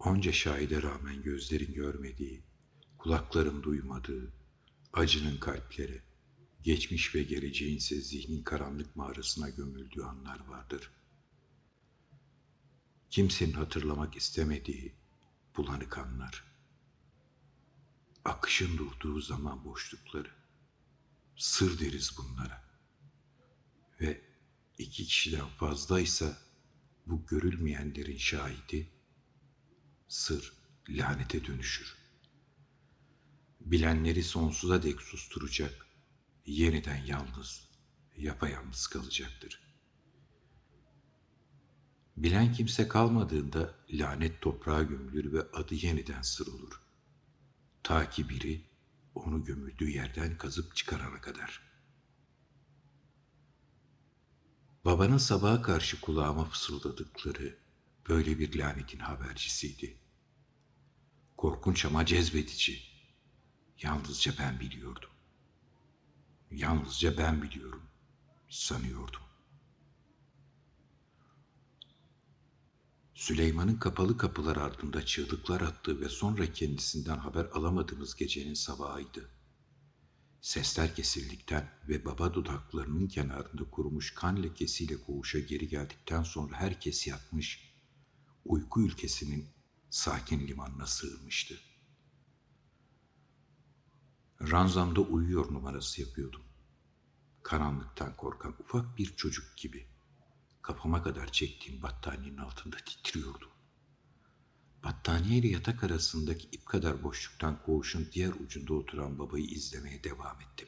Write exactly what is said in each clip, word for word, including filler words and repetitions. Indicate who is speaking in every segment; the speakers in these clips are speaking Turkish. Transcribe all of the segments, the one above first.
Speaker 1: Onca şahide rağmen gözlerin görmediği, kulakların duymadığı, acının kalplere, geçmiş ve geleceğinse zihnin karanlık mağarasına gömüldüğü anlar vardır. Kimsenin hatırlamak istemediği bulanık anlar. Akışın durduğu zaman boşlukları. Sır deriz bunlara. Ve iki kişiden fazlaysa bu görülmeyenlerin şahidi, sır lanete dönüşür. Bilenleri sonsuza dek susturacak, yeniden yalnız, yapayalnız kalacaktır. Bilen kimse kalmadığında lanet toprağa gömülür ve adı yeniden sır olur. Ta ki biri onu gömüldüğü yerden kazıp çıkarana kadar. Babanın sabaha karşı kulağıma fısıldadıkları böyle bir lanetin habercisiydi. Korkunç ama cezbedici. Yalnızca ben biliyordum. Yalnızca ben biliyorum sanıyordum. Süleyman'ın kapalı kapılar ardında çığlıklar attığı ve sonra kendisinden haber alamadığımız gecenin sabahıydı. Sesler kesildikten ve baba dudaklarının kenarında kurumuş kan lekesiyle koğuşa geri geldikten sonra herkes yatmış, uyku ülkesinin sakin limanına sığınmıştı. Ranzamda uyuyor numarası yapıyordum. Karanlıktan korkan ufak bir çocuk gibi. Kafama kadar çektiğim battaniyenin altında titriyordum. Battaniye ile yatak arasındaki ip kadar boşluktan koğuşun diğer ucunda oturan babayı izlemeye devam ettim.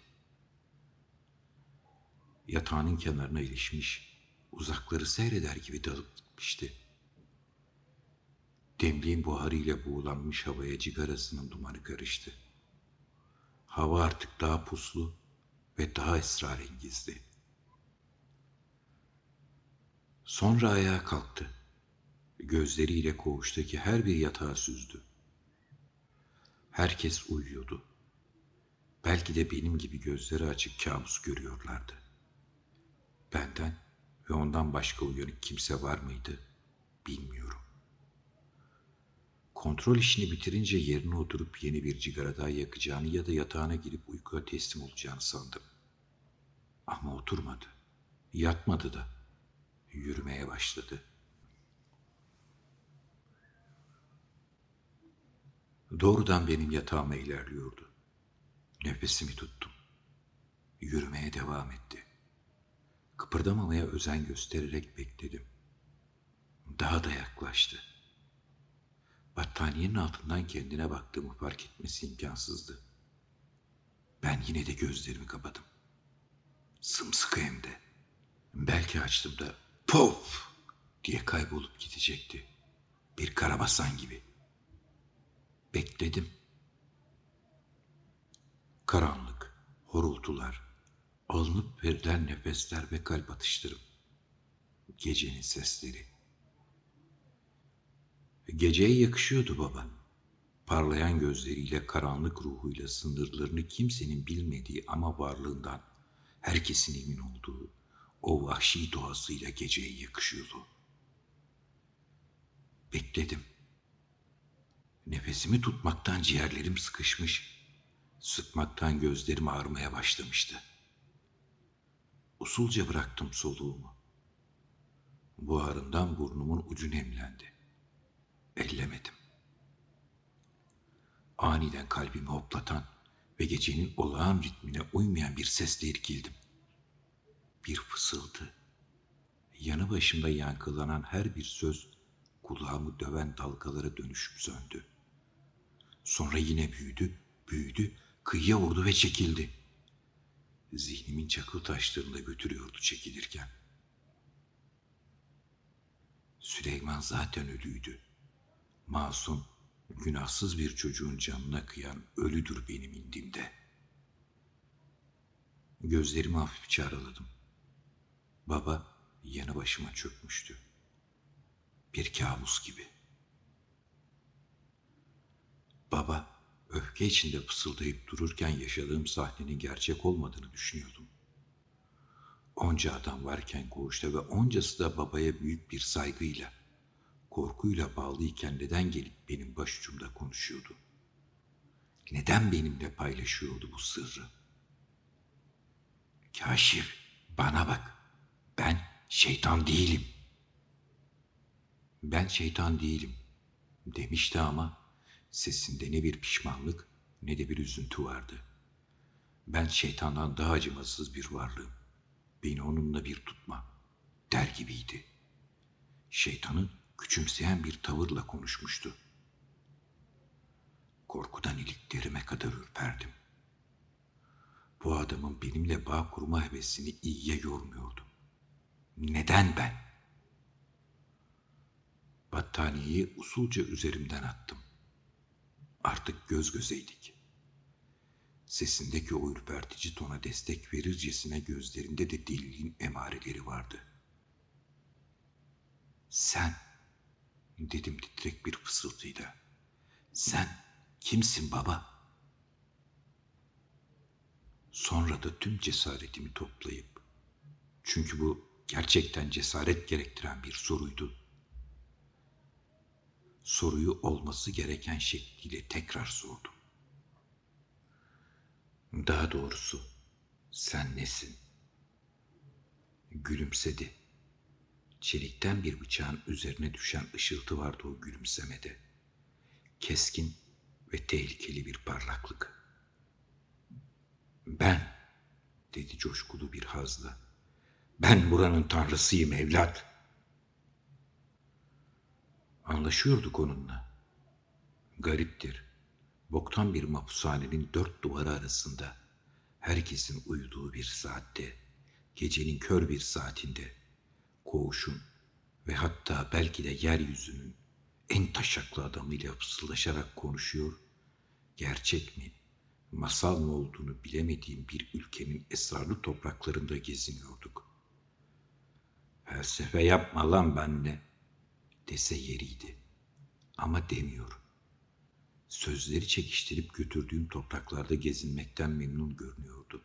Speaker 1: Yatağının kenarına ilişmiş, uzakları seyreder gibi dalıp gitmişti. Demliğin buharıyla buğulanmış havaya cigarasının dumanı karıştı. Hava artık daha puslu ve daha esrarengizdi. Sonra ayağa kalktı. Gözleriyle koğuştaki her bir yatağa süzdü. Herkes uyuyordu. Belki de benim gibi gözleri açık kabus görüyorlardı. Benden ve ondan başka uyanık kimse var mıydı bilmiyorum. Kontrol işini bitirince yerine oturup yeni bir cigara daha yakacağını ya da yatağına girip uykuya teslim olacağını sandım. Ama oturmadı. Yatmadı da. Yürümeye başladı. Doğrudan benim yatağıma ilerliyordu. Nefesimi tuttum. Yürümeye devam etti. Kıpırdamamaya özen göstererek bekledim. Daha da yaklaştı. Battaniyenin altından kendine baktığımı fark etmesi imkansızdı. Ben yine de gözlerimi kapadım. Sımsıkı hem de. Belki açtığımda pof diye kaybolup gidecekti. Bir karabasan gibi. Bekledim. Karanlık, horultular, alınıp verilen nefesler ve kalp atışlarım. Gecenin sesleri. Geceye yakışıyordu baba. Parlayan gözleriyle, karanlık ruhuyla sınırlarını kimsenin bilmediği ama varlığından herkesin emin olduğu o vahşi doğasıyla geceye yakışıyordu. Bekledim. Nefesimi tutmaktan ciğerlerim sıkışmış, sıkmaktan gözlerim ağrımaya başlamıştı. Usulca bıraktım soluğumu. Buharından burnumun ucu nemlendi. Ellemedim. Aniden kalbimi hoplatan ve gecenin olağan ritmine uymayan bir sesle irkildim. Bir fısıltı. Yanı başımda yankılanan her bir söz kulağımı döven dalgalara dönüşüp söndü. Sonra yine büyüdü, büyüdü, kıyıya vurdu ve çekildi. Zihnimin çakıl taşlarında götürüyordu çekilirken. Süleyman zaten ölüydü. Masum, günahsız bir çocuğun canına kıyan ölüdür benim indimde. Gözlerimi hafifçe araladım. Baba yanı başıma çökmüştü. Bir kabus gibi. Baba öfke içinde fısıldayıp dururken yaşadığım sahnenin gerçek olmadığını düşünüyordum. Onca adam varken koğuşta ve oncası da babaya büyük bir saygıyla, korkuyla bağlıyken neden gelip benim başucumda konuşuyordu? Neden benimle paylaşıyordu bu sırrı? Kaşif, bana bak. Ben şeytan değilim. Ben şeytan değilim demişti ama sesinde ne bir pişmanlık ne de bir üzüntü vardı. Ben şeytandan daha acımasız bir varlığım. Beni onunla bir tutma der gibiydi. Şeytanı küçümseyen bir tavırla konuşmuştu. Korkudan iliklerime kadar ürperdim. Bu adamın benimle bağ kurma hevesini iyiye yormuyordum. Neden ben? Battaniyeyi usulca üzerimden attım. Artık göz gözeydik. Sesindeki o ürpertici tona destek verircesine gözlerinde de deliliğin emareleri vardı. Sen, dedim titrek bir fısıltıyla. Sen kimsin baba? Sonra da tüm cesaretimi toplayıp, çünkü bu gerçekten cesaret gerektiren bir soruydu, soruyu olması gereken şekliyle tekrar sordum. Daha doğrusu sen nesin? Gülümsedi. Çelikten bir bıçağın üzerine düşen ışıltı vardı o gülümsemede. Keskin ve tehlikeli bir parlaklık. Ben, dedi coşkulu bir hazla. Ben buranın tanrısıyım evlat. Anlaşıyorduk onunla. Gariptir. Boktan bir mahpushanenin dört duvarı arasında, herkesin uyuduğu bir saatte, gecenin kör bir saatinde, koğuşun ve hatta belki de yeryüzünün en taşaklı adamıyla fısıldaşarak konuşuyor, gerçek mi, masal mı olduğunu bilemediğim bir ülkenin esrarlı topraklarında geziniyorduk. Felsefe yapma lan benle, dese yeriydi. Ama demiyor. Sözleri çekiştirip götürdüğüm topraklarda gezinmekten memnun görünüyordu.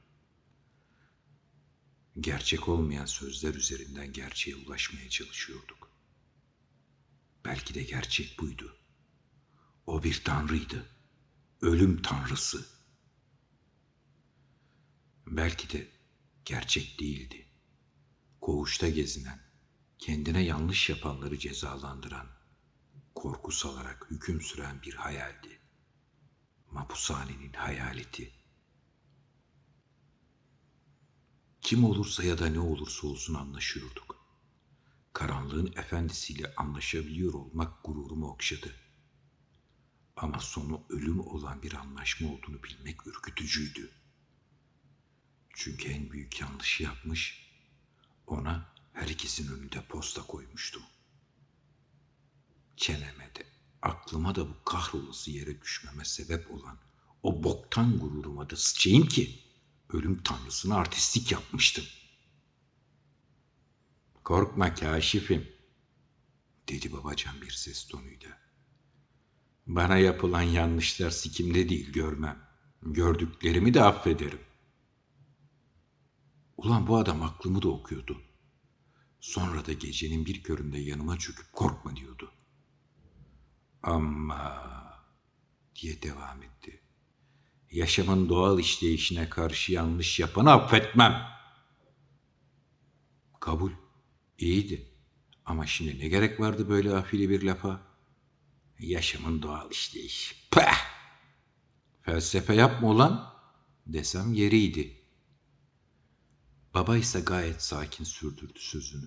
Speaker 1: Gerçek olmayan sözler üzerinden gerçeğe ulaşmaya çalışıyorduk. Belki de gerçek buydu. O bir tanrıydı. Ölüm tanrısı. Belki de gerçek değildi. Koğuşta gezinen, kendine yanlış yapanları cezalandıran, korku salarak hüküm süren bir hayaldi. Mahpushanenin hayaleti. Kim olursa ya da ne olursa olsun anlaşıyorduk. Karanlığın efendisiyle anlaşabiliyor olmak gururumu okşadı. Ama sonu ölüm olan bir anlaşma olduğunu bilmek ürkütücüydü. Çünkü en büyük yanlışı yapmış, ona herkesin önünde posta koymuştum. Çeneme de, aklıma da bu kahrolası yere düşmeme sebep olan o boktan gururuma da sıçayım ki ölüm tanrısına artistlik yapmıştım. Korkma Kaşif'im, dedi babacan bir ses tonuyla. Bana yapılan yanlışlar sikimde değil görmem. Gördüklerimi de affederim. Ulan bu adam aklımı da okuyordu. Sonra da gecenin bir köründe yanıma çöküp korkma diyordu. Ama diye devam etti. Yaşamın doğal işleyişine karşı yanlış yapanı affetmem. Kabul. İyiydi. Ama şimdi ne gerek vardı böyle afili bir lafa? Yaşamın doğal işleyişi. Pah! Felsefe yapma ulan desem yeriydi. Baba ise gayet sakin sürdürdü sözünü.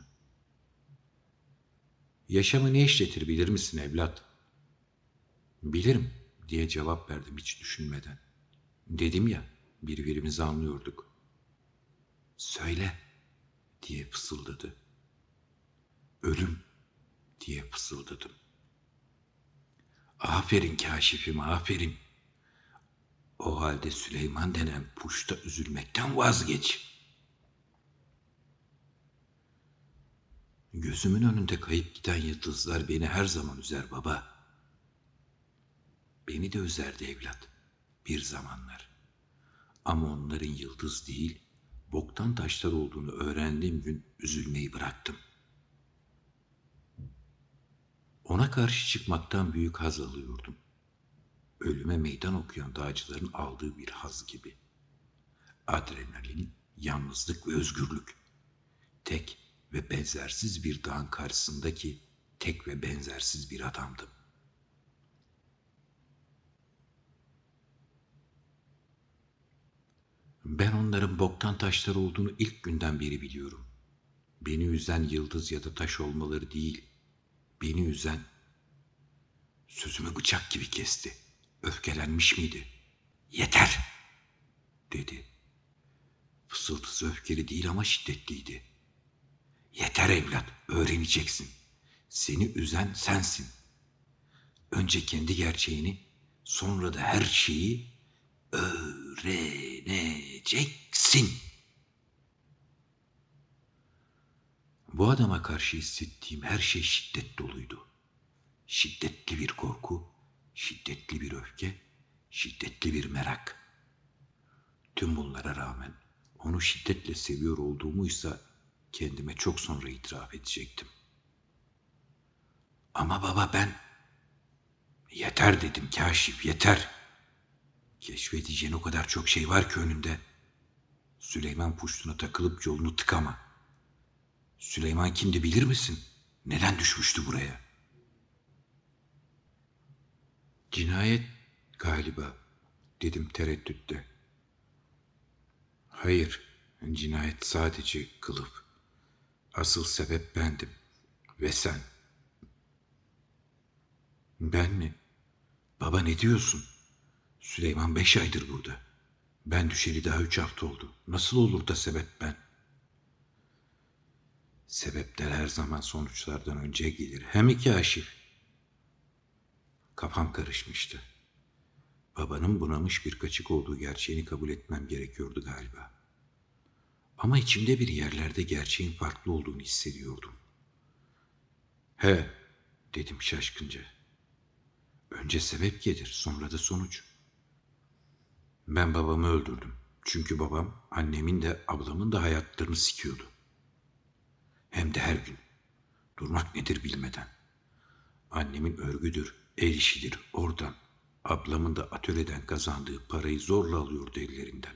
Speaker 1: Yaşamı ne işletir bilir misin evlat? Bilirim diye cevap verdim hiç düşünmeden. Dedim ya, birbirimizi anlıyorduk. Söyle diye fısıldadı. Ölüm diye fısıldadım. Aferin Kaşif'im, aferin. O halde Süleyman denen puşta üzülmekten vazgeç. Gözümün önünde kayıp giden yıldızlar beni her zaman üzer baba. Beni de üzerdi evlat, bir zamanlar. Ama onların yıldız değil, boktan taşlar olduğunu öğrendiğim gün üzülmeyi bıraktım. Ona karşı çıkmaktan büyük haz alıyordum. Ölüme meydan okuyan dağcıların aldığı bir haz gibi. Adrenalin, yalnızlık ve özgürlük. Tek ve benzersiz bir dağın karşısındaki tek ve benzersiz bir adamdım. Ben onların boktan taşlar olduğunu ilk günden beri biliyorum. Beni üzen yıldız ya da taş olmaları değil, beni üzen sözümü bıçak gibi kesti. Öfkelenmiş miydi? Yeter, dedi. Fısıltısı öfkeli değil ama şiddetliydi. Yeter evlat, öğreneceksin. Seni üzen sensin. Önce kendi gerçeğini, sonra da her şeyi öğreneceksin. Bu adama karşı hissettiğim her şey şiddet doluydu. Şiddetli bir korku, şiddetli bir öfke, şiddetli bir merak. Tüm bunlara rağmen onu şiddetle seviyor olduğumuysa kendime çok sonra itiraf edecektim. Ama baba ben... Yeter dedim Kaşif, yeter. Keşfedeceğin o kadar çok şey var ki önünde. Süleyman puştuna takılıp yolunu tıkama. Süleyman kimdi bilir misin? Neden düşmüştü buraya? Cinayet galiba, dedim tereddütle. Hayır, cinayet sadece kılıf. Asıl sebep bendim ve sen. Ben mi? Baba ne diyorsun? Süleyman beş aydır burada. Ben düşeli daha üç hafta oldu. Nasıl olur da sebep ben? Sebepler her zaman sonuçlardan önce gelir. Hem iki Kaşif. Kafam karışmıştı. Babanın bunamış bir kaçık olduğu gerçeğini kabul etmem gerekiyordu galiba. Ama içimde bir yerlerde gerçeğin farklı olduğunu hissediyordum. He, dedim şaşkınca. Önce sebep gelir, sonra da sonuç. Ben babamı öldürdüm. Çünkü babam annemin de ablamın da hayatlarını sikiyordu. Hem de her gün. Durmak nedir bilmeden. Annemin örgüdür, el işidir oradan. Ablamın da atölyeden kazandığı parayı zorla alıyordu ellerinden.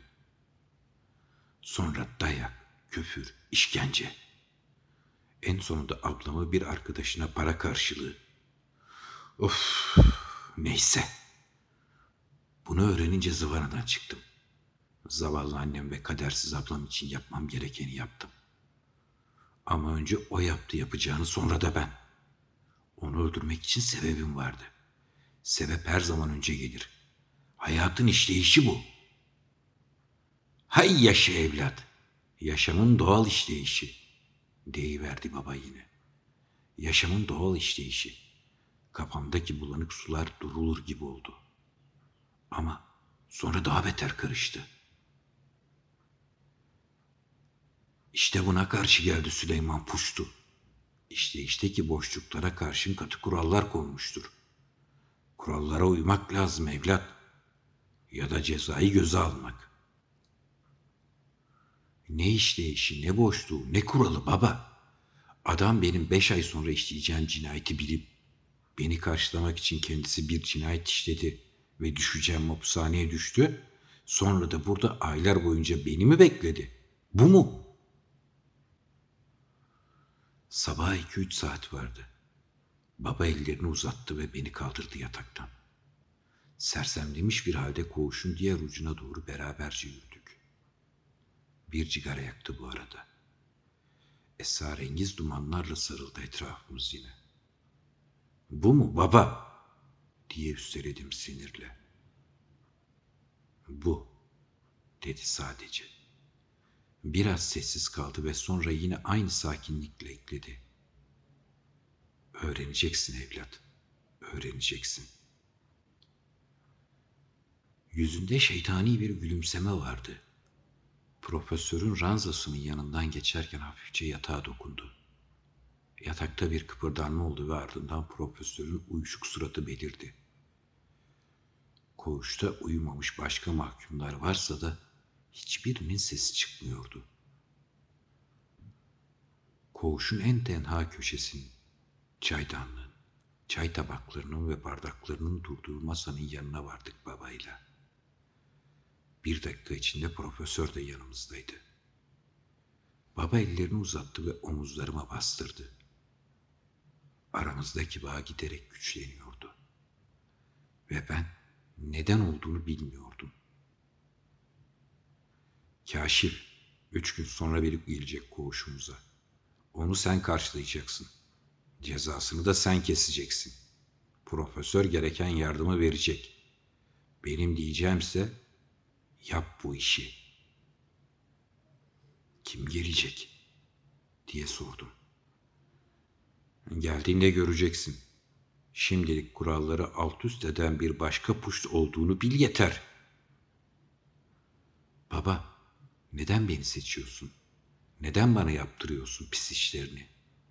Speaker 1: Sonra dayak, küfür, işkence. En sonunda ablamı bir arkadaşına para karşılığı. Of, neyse. Bunu öğrenince zıvanadan çıktım. Zavallı annem ve kadersiz ablam için yapmam gerekeni yaptım. Ama önce o yaptı yapacağını, sonra da ben. Onu öldürmek için sebebim vardı. Sebep her zaman önce gelir. Hayatın işleyişi bu. Hay yaşa evlat. Yaşamın doğal işleyişi. Deyiverdi baba yine. Yaşamın doğal işleyişi. Kafamdaki bulanık sular durulur gibi oldu. Ama sonra daha beter karıştı. İşte buna karşı geldi Süleyman Puştu. İşleyişteki boşluklara karşın katı kurallar konmuştur. Kurallara uymak lazım evlat. Ya da cezayı göze almak. Ne işleyişi, ne boşluğu, ne kuralı baba. Adam benim beş ay sonra işleyeceğim cinayeti bilip beni karşılamak için kendisi bir cinayet işledi ve düşeceğim hapishaneye düştü. Sonra da burada aylar boyunca beni mi bekledi? Bu mu? Sabah iki üç saat vardı. Baba ellerini uzattı ve beni kaldırdı yataktan. Sersemlemiş bir halde koğuşun diğer ucuna doğru beraberce yürüdük. Bir cigara yaktı bu arada. Esrarengiz dumanlarla sarıldı etrafımız yine. Bu mu baba? Diye üsteledim sinirle. Bu, dedi sadece. Biraz sessiz kaldı ve sonra yine aynı sakinlikle ekledi. Öğreneceksin evlat, öğreneceksin. Yüzünde şeytani bir gülümseme vardı. Profesörün ranzasının yanından geçerken hafifçe yatağa dokundu. Yatakta bir kıpırdanma oldu ve ardından profesörün uyuşuk suratı belirdi. Koğuşta uyumamış başka mahkumlar varsa da hiçbirinin sesi çıkmıyordu. Koğuşun en tenha köşesinin, çaydanlığın, Çay tabaklarının ve bardaklarının durduğu masanın yanına vardık babayla. Bir dakika içinde profesör de yanımızdaydı. Baba ellerini uzattı ve omuzlarıma bastırdı. Aramızdaki bağ giderek güçleniyordu. Ve ben neden olduğunu bilmiyordum. Kaşif, üç gün sonra verip gelecek koğuşumuza. Onu sen karşılayacaksın. Cezasını da sen keseceksin. Profesör gereken yardımı verecek. Benim diyeceğimse yap bu işi. Kim gelecek diye sordum. Geldiğinde göreceksin. Şimdilik kuralları alt üst eden bir başka puşt olduğunu bil yeter. Baba, neden beni seçiyorsun? Neden bana yaptırıyorsun pis işlerini?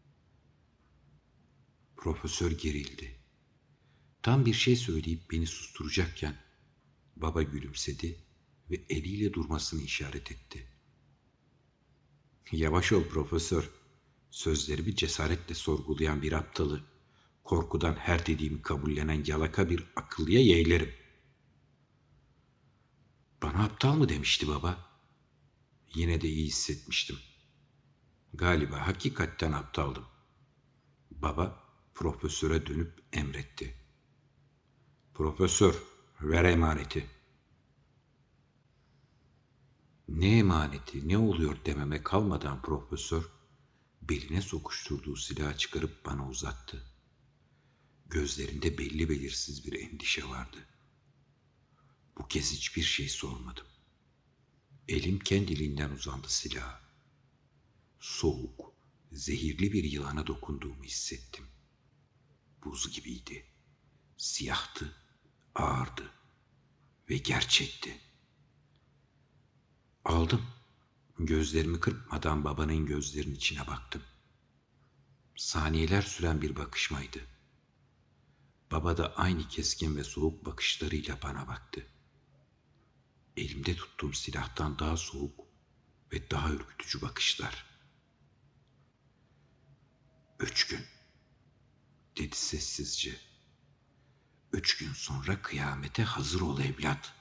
Speaker 1: Profesör gerildi. Tam bir şey söyleyip beni susturacakken baba gülümsedi ve eliyle durmasını işaret etti. Yavaş ol profesör. Sözlerimi cesaretle sorgulayan bir aptalı, korkudan her dediğimi kabullenen yalaka bir akıllıya yeğlerim. Bana aptal mı demişti baba? Yine de iyi hissetmiştim. Galiba hakikaten aptaldım. Baba profesöre dönüp emretti. Profesör, ver emaneti. Ne emaneti, ne oluyor dememe kalmadan profesör, beline sokuşturduğu silahı çıkarıp bana uzattı. Gözlerinde belli belirsiz bir endişe vardı. Bu kez hiçbir şey sormadım. Elim kendiliğinden uzandı silaha. Soğuk, zehirli bir yılana dokunduğumu hissettim. Buz gibiydi. Siyahtı, ağırdı ve gerçekti. Aldım. Gözlerimi kırpmadan babanın gözlerinin içine baktım. Saniyeler süren bir bakışmaydı. Baba da aynı keskin ve soğuk bakışlarıyla bana baktı. Elimde tuttuğum silahtan daha soğuk ve daha ürkütücü bakışlar. Üç gün, dedi sessizce. Üç gün sonra kıyamete hazır ol evlat.